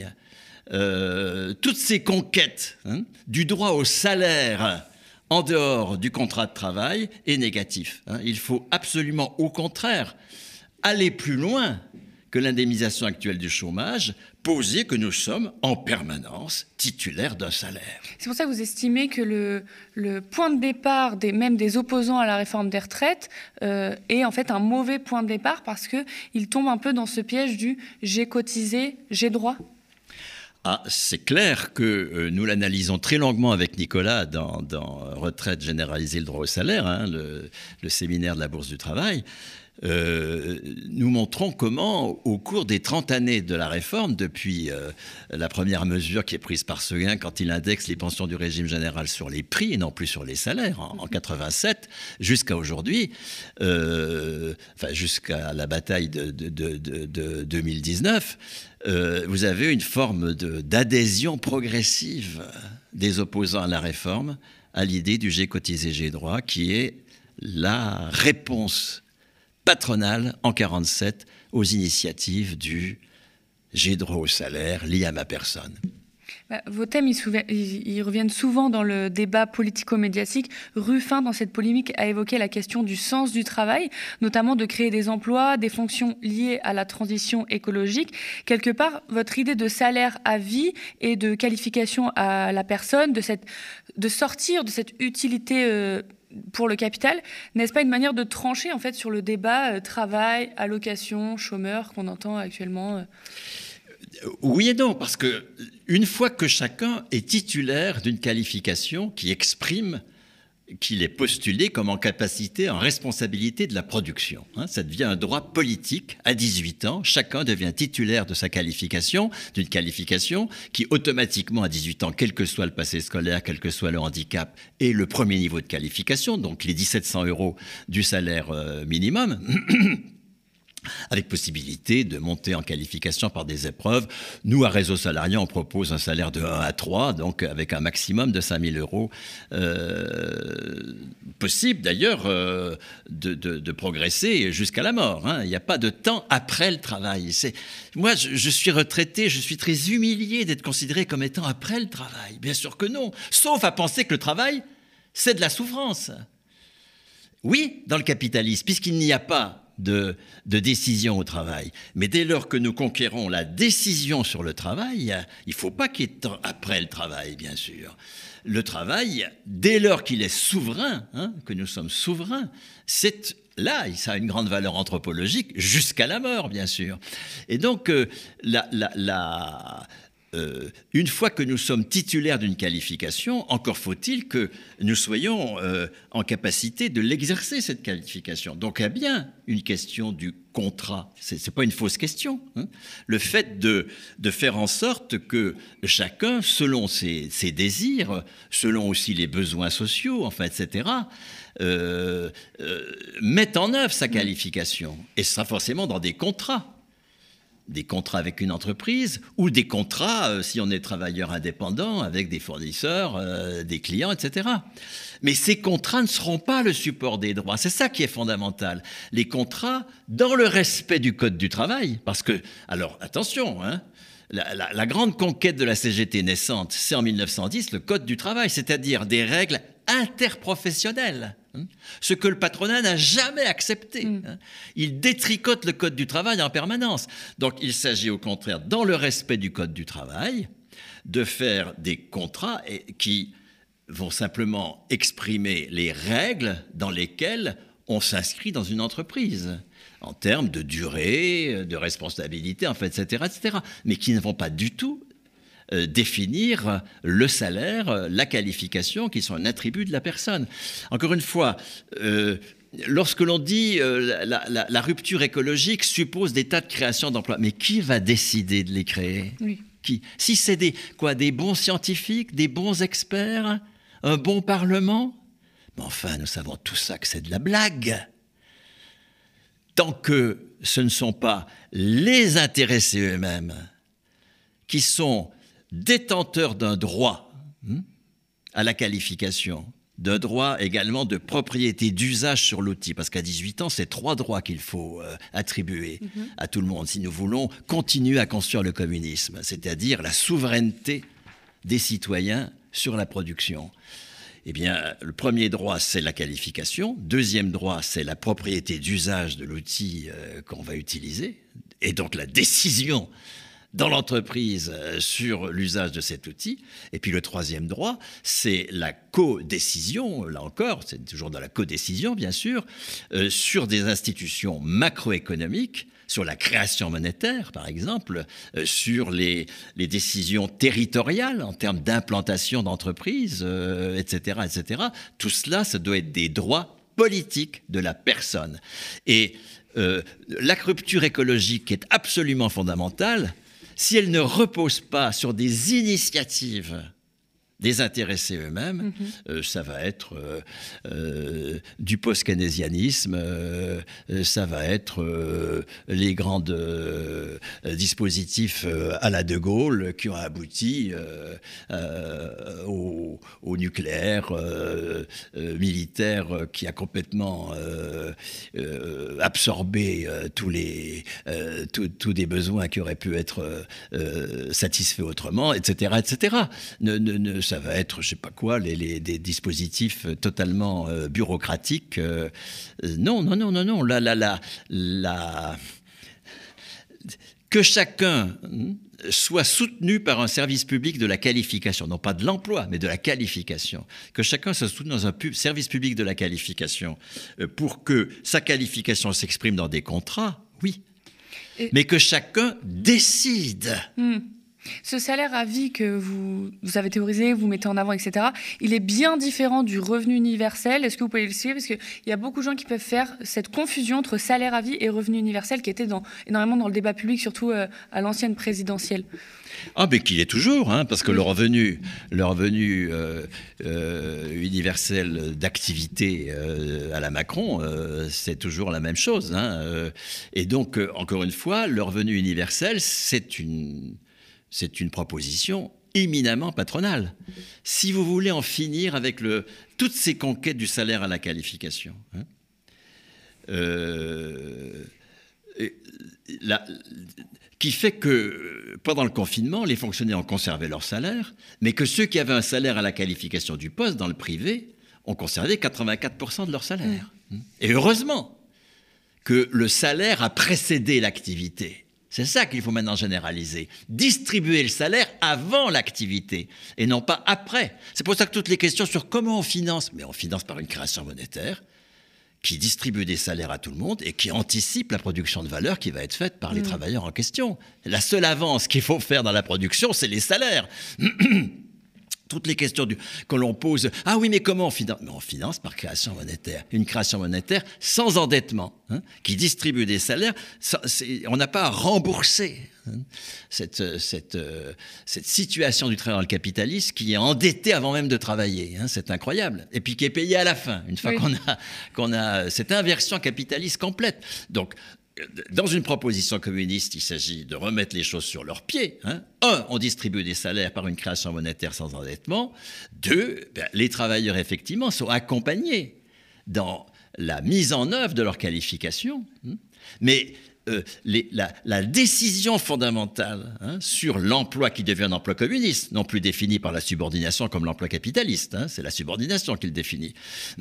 Euh, toutes ces conquêtes, hein, du droit au salaire en dehors du contrat de travail est négatif. Hein. Il faut absolument, au contraire, aller plus loin que l'indemnisation actuelle du chômage, poser que nous sommes en permanence titulaires d'un salaire. C'est pour ça que vous estimez que le, le point de départ des, même des opposants à la réforme des retraites euh, est en fait un mauvais point de départ parce qu'il tombe un peu dans ce piège du « j'ai cotisé, j'ai droit ». Ah, c'est clair que euh, nous l'analysons très longuement avec Nicolas dans, dans Retraite généralisée, le droit au salaire, hein, le, le séminaire de la Bourse du Travail. Euh, nous montrons comment, au cours des trente années de la réforme, depuis euh, la première mesure qui est prise par Seguin quand il indexe les pensions du régime général sur les prix et non plus sur les salaires, en, en quatre-vingt-sept, jusqu'à aujourd'hui, euh, enfin jusqu'à la bataille de, de, de, de, de deux mille dix-neuf, euh, vous avez une forme de, d'adhésion progressive des opposants à la réforme à l'idée du « j'ai cotisé, j'ai droit » qui est la réponse patronale en quarante-sept aux initiatives du « j'ai droit au salaire lié à ma personne ». Vos thèmes, ils, ils, ils reviennent souvent dans le débat politico-médiatique. Ruffin, dans cette polémique, a évoqué la question du sens du travail, notamment de créer des emplois, des fonctions liées à la transition écologique. Quelque part, votre idée de salaire à vie et de qualification à la personne, de, cette, de sortir de cette utilité euh, pour le capital, n'est-ce pas une manière de trancher en fait, sur le débat euh, travail, allocation, chômeur qu'on entend actuellement euh... Oui et non, parce qu'une fois que chacun est titulaire d'une qualification qui exprime qu'il est postulé comme en capacité, en responsabilité de la production. Hein, ça devient un droit politique. À dix-huit ans, chacun devient titulaire de sa qualification, d'une qualification qui automatiquement, à dix-huit ans, quel que soit le passé scolaire, quel que soit le handicap, est le premier niveau de qualification, donc les mille sept cents euros du salaire euh, minimum. Avec possibilité de monter en qualification par des épreuves. Nous, à Réseau Salarié, on propose un salaire de un à trois, donc avec un maximum de cinq mille euros. Euh, possible, d'ailleurs, euh, de, de, de progresser jusqu'à la mort. Hein. Il n'y a pas de temps après le travail. C'est... Moi, je, je suis retraité, je suis très humilié d'être considéré comme étant après le travail. Bien sûr que non. Sauf à penser que le travail, c'est de la souffrance. Oui, dans le capitalisme, puisqu'il n'y a pas De, de décision au travail. Mais dès lors que nous conquérons la décision sur le travail, il ne faut pas qu'il y ait de temps après le travail, bien sûr. Le travail, dès lors qu'il est souverain, hein, que nous sommes souverains, c'est là, ça a une grande valeur anthropologique, jusqu'à la mort, bien sûr. Et donc, euh, la... la, la Euh, une fois que nous sommes titulaires d'une qualification, encore faut-il que nous soyons euh, en capacité de l'exercer, cette qualification. Donc, il y a bien une question du contrat. Ce n'est pas une fausse question. Hein. Le fait de, de faire en sorte que chacun, selon ses, ses désirs, selon aussi les besoins sociaux, enfin, et cetera, euh, euh, mette en œuvre sa qualification. Et ce sera forcément dans des contrats. Des contrats avec une entreprise ou des contrats, euh, si on est travailleur indépendant, avec des fournisseurs, euh, des clients, et cetera. Mais ces contrats ne seront pas le support des droits. C'est ça qui est fondamental. Les contrats, dans le respect du Code du travail, parce que, alors attention, hein, la, la, la grande conquête de la C G T naissante, c'est en mille neuf cent dix, le Code du travail, c'est-à-dire des règles interprofessionnelles. Ce que le patronat n'a jamais accepté. Mmh. Il détricote le Code du travail en permanence. Donc, il s'agit au contraire, dans le respect du Code du travail, de faire des contrats qui vont simplement exprimer les règles dans lesquelles on s'inscrit dans une entreprise, en termes de durée, de responsabilité, en fait, et cetera, et cetera, mais qui ne vont pas du tout Euh, définir le salaire, la qualification, qui sont un attribut de la personne. Encore une fois, euh, lorsque l'on dit euh, la, la, la rupture écologique suppose des tas de créations d'emplois, mais qui va décider de les créer ? Oui. Qui ? Si c'est des, quoi, des bons scientifiques, des bons experts, un bon parlement ? Mais enfin, nous savons tout ça que c'est de la blague. Tant que ce ne sont pas les intéressés eux-mêmes qui sont détenteur d'un droit hein, à la qualification, d'un droit également de propriété d'usage sur l'outil, parce qu'à dix-huit ans, c'est trois droits qu'il faut euh, attribuer mm-hmm. à tout le monde si nous voulons continuer à construire le communisme, c'est-à-dire la souveraineté des citoyens sur la production. Eh bien, le premier droit, c'est la qualification. Deuxième droit, c'est la propriété d'usage de l'outil euh, qu'on va utiliser, et donc la décision dans l'entreprise sur l'usage de cet outil. Et puis le troisième droit, c'est la codécision, là encore, c'est toujours dans la codécision, bien sûr, euh, sur des institutions macroéconomiques, sur la création monétaire, par exemple, euh, sur les, les décisions territoriales en termes d'implantation d'entreprises, euh, et cetera, et cetera. Tout cela, ça doit être des droits politiques de la personne. Et euh, la rupture écologique est absolument fondamentale. Si elle ne repose pas sur des initiatives des intéressés eux-mêmes, mm-hmm. euh, ça va être euh, euh, du post-keynésianisme, euh, ça va être euh, les grands euh, dispositifs euh, à la De Gaulle qui ont abouti euh, euh, au, au nucléaire euh, euh, militaire qui a complètement euh, euh, absorbé euh, tous les euh, tous des besoins qui auraient pu être euh, satisfaits autrement, et cetera, et cetera. Ne, ne, ne, ça va être, je ne sais pas quoi, les, les, des dispositifs totalement euh, bureaucratiques. Euh, non, non, non, non, non. La, la, la, la... Que chacun soit soutenu par un service public de la qualification, non pas de l'emploi, mais de la qualification. Que chacun soit soutenu dans un pub, service public de la qualification euh, pour que sa qualification s'exprime dans des contrats, oui. Et... Mais que chacun décide. Mmh. Ce salaire à vie que vous, vous avez théorisé, vous mettez en avant, et cetera, il est bien différent du revenu universel. Est-ce que vous pouvez l'expliquer? Parce qu'il y a beaucoup de gens qui peuvent faire cette confusion entre salaire à vie et revenu universel qui était dans, énormément dans le débat public, surtout euh, à l'ancienne présidentielle. Ah, mais qu'il est toujours, hein, parce que le revenu, le revenu euh, euh, universel d'activité euh, à la Macron, euh, c'est toujours la même chose. Hein, euh, et donc, euh, encore une fois, le revenu universel, c'est une, c'est une proposition éminemment patronale. Si vous voulez en finir avec le, toutes ces conquêtes du salaire à la qualification, hein, euh, la, qui fait que pendant le confinement, les fonctionnaires ont conservé leur salaire, mais que ceux qui avaient un salaire à la qualification du poste dans le privé ont conservé quatre-vingt-quatre pour cent de leur salaire. Mmh. Et heureusement que le salaire a précédé l'activité. C'est ça qu'il faut maintenant généraliser. Distribuer le salaire avant l'activité et non pas après. C'est pour ça que toutes les questions sur comment on finance, mais on finance par une création monétaire qui distribue des salaires à tout le monde et qui anticipe la production de valeur qui va être faite par les mmh. travailleurs en question. La seule avance qu'il faut faire dans la production, c'est les salaires. Toutes les questions du, que l'on pose, ah oui, mais comment on finance? Mais on finance par création monétaire. Une création monétaire sans endettement, hein, qui distribue des salaires. Ça, on n'a pas à rembourser hein, cette, cette, euh, cette situation du travail dans le capitalisme qui est endetté avant même de travailler. Hein, c'est incroyable. Et puis qui est payé à la fin, une fois oui. qu'on a, qu'on a cette inversion capitaliste complète. Donc, dans une proposition communiste, il s'agit de remettre les choses sur leurs pieds. Hein. Un, on distribue des salaires par une création monétaire sans endettement. Deux, ben, les travailleurs, effectivement, sont accompagnés dans la mise en œuvre de leur qualification. Hein. Mais euh, les, la, la décision fondamentale hein, sur l'emploi qui devient un emploi communiste, non plus défini par la subordination comme l'emploi capitaliste, hein, c'est la subordination qui le définit.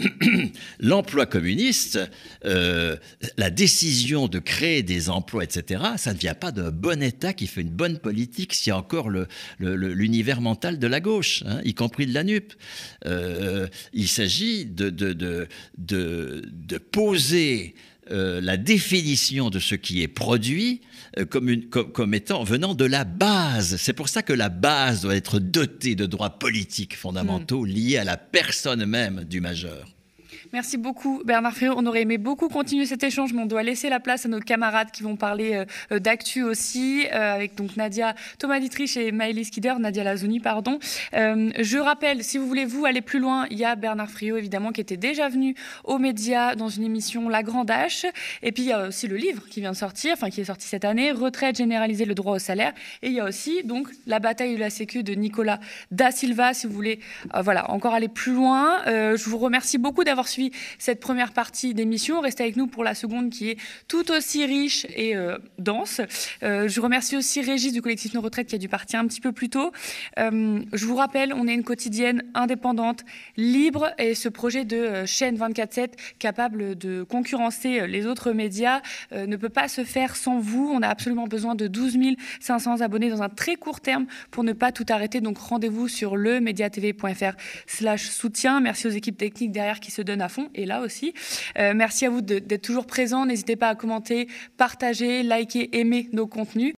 L'emploi communiste, euh, la décision de créer des emplois, et cetera, ça ne vient pas d'un bon État qui fait une bonne politique, s'il y a encore le, le, le, l'univers mental de la gauche, hein, y compris de la N U P. Euh, il s'agit de, de, de, de, de poser Euh, la définition de ce qui est produit euh, comme, une, comme, comme étant venant de la base. C'est pour ça que la base doit être dotée de droits politiques fondamentaux mmh. liés à la personne même du majeur. Merci beaucoup Bernard Friot. On aurait aimé beaucoup continuer cet échange, mais on doit laisser la place à nos camarades qui vont parler euh, d'actu aussi, euh, avec donc Nadia Thomas-Dietrich et Maëlys Kider, Nadia Lazouni, pardon. Euh, je rappelle, si vous voulez vous aller plus loin, il y a Bernard Friot évidemment qui était déjà venu aux médias dans une émission La Grande H. Et puis il y a aussi le livre qui vient de sortir, enfin qui est sorti cette année, Retraite généralisée, le droit au salaire. Et il y a aussi donc La bataille de la Sécu de Nicolas Da Silva. Si vous voulez, euh, voilà, encore aller plus loin. Euh, je vous remercie beaucoup d'avoir suivi cette première partie d'émission. Restez avec nous pour la seconde qui est tout aussi riche et euh, dense. Euh, je remercie aussi Régis du collectif Nos Retraites qui a dû partir un petit peu plus tôt. Euh, je vous rappelle, on est une quotidienne indépendante, libre et ce projet de euh, chaîne vingt-quatre sept capable de concurrencer les autres médias euh, ne peut pas se faire sans vous. On a absolument besoin de douze mille cinq cents abonnés dans un très court terme pour ne pas tout arrêter. Donc rendez-vous sur le mediatv point fr slash soutien. Merci aux équipes techniques derrière qui se donnent à fond. Et là aussi, euh, merci à vous de, d'être toujours présents. N'hésitez pas à commenter, partager, liker, aimer nos contenus.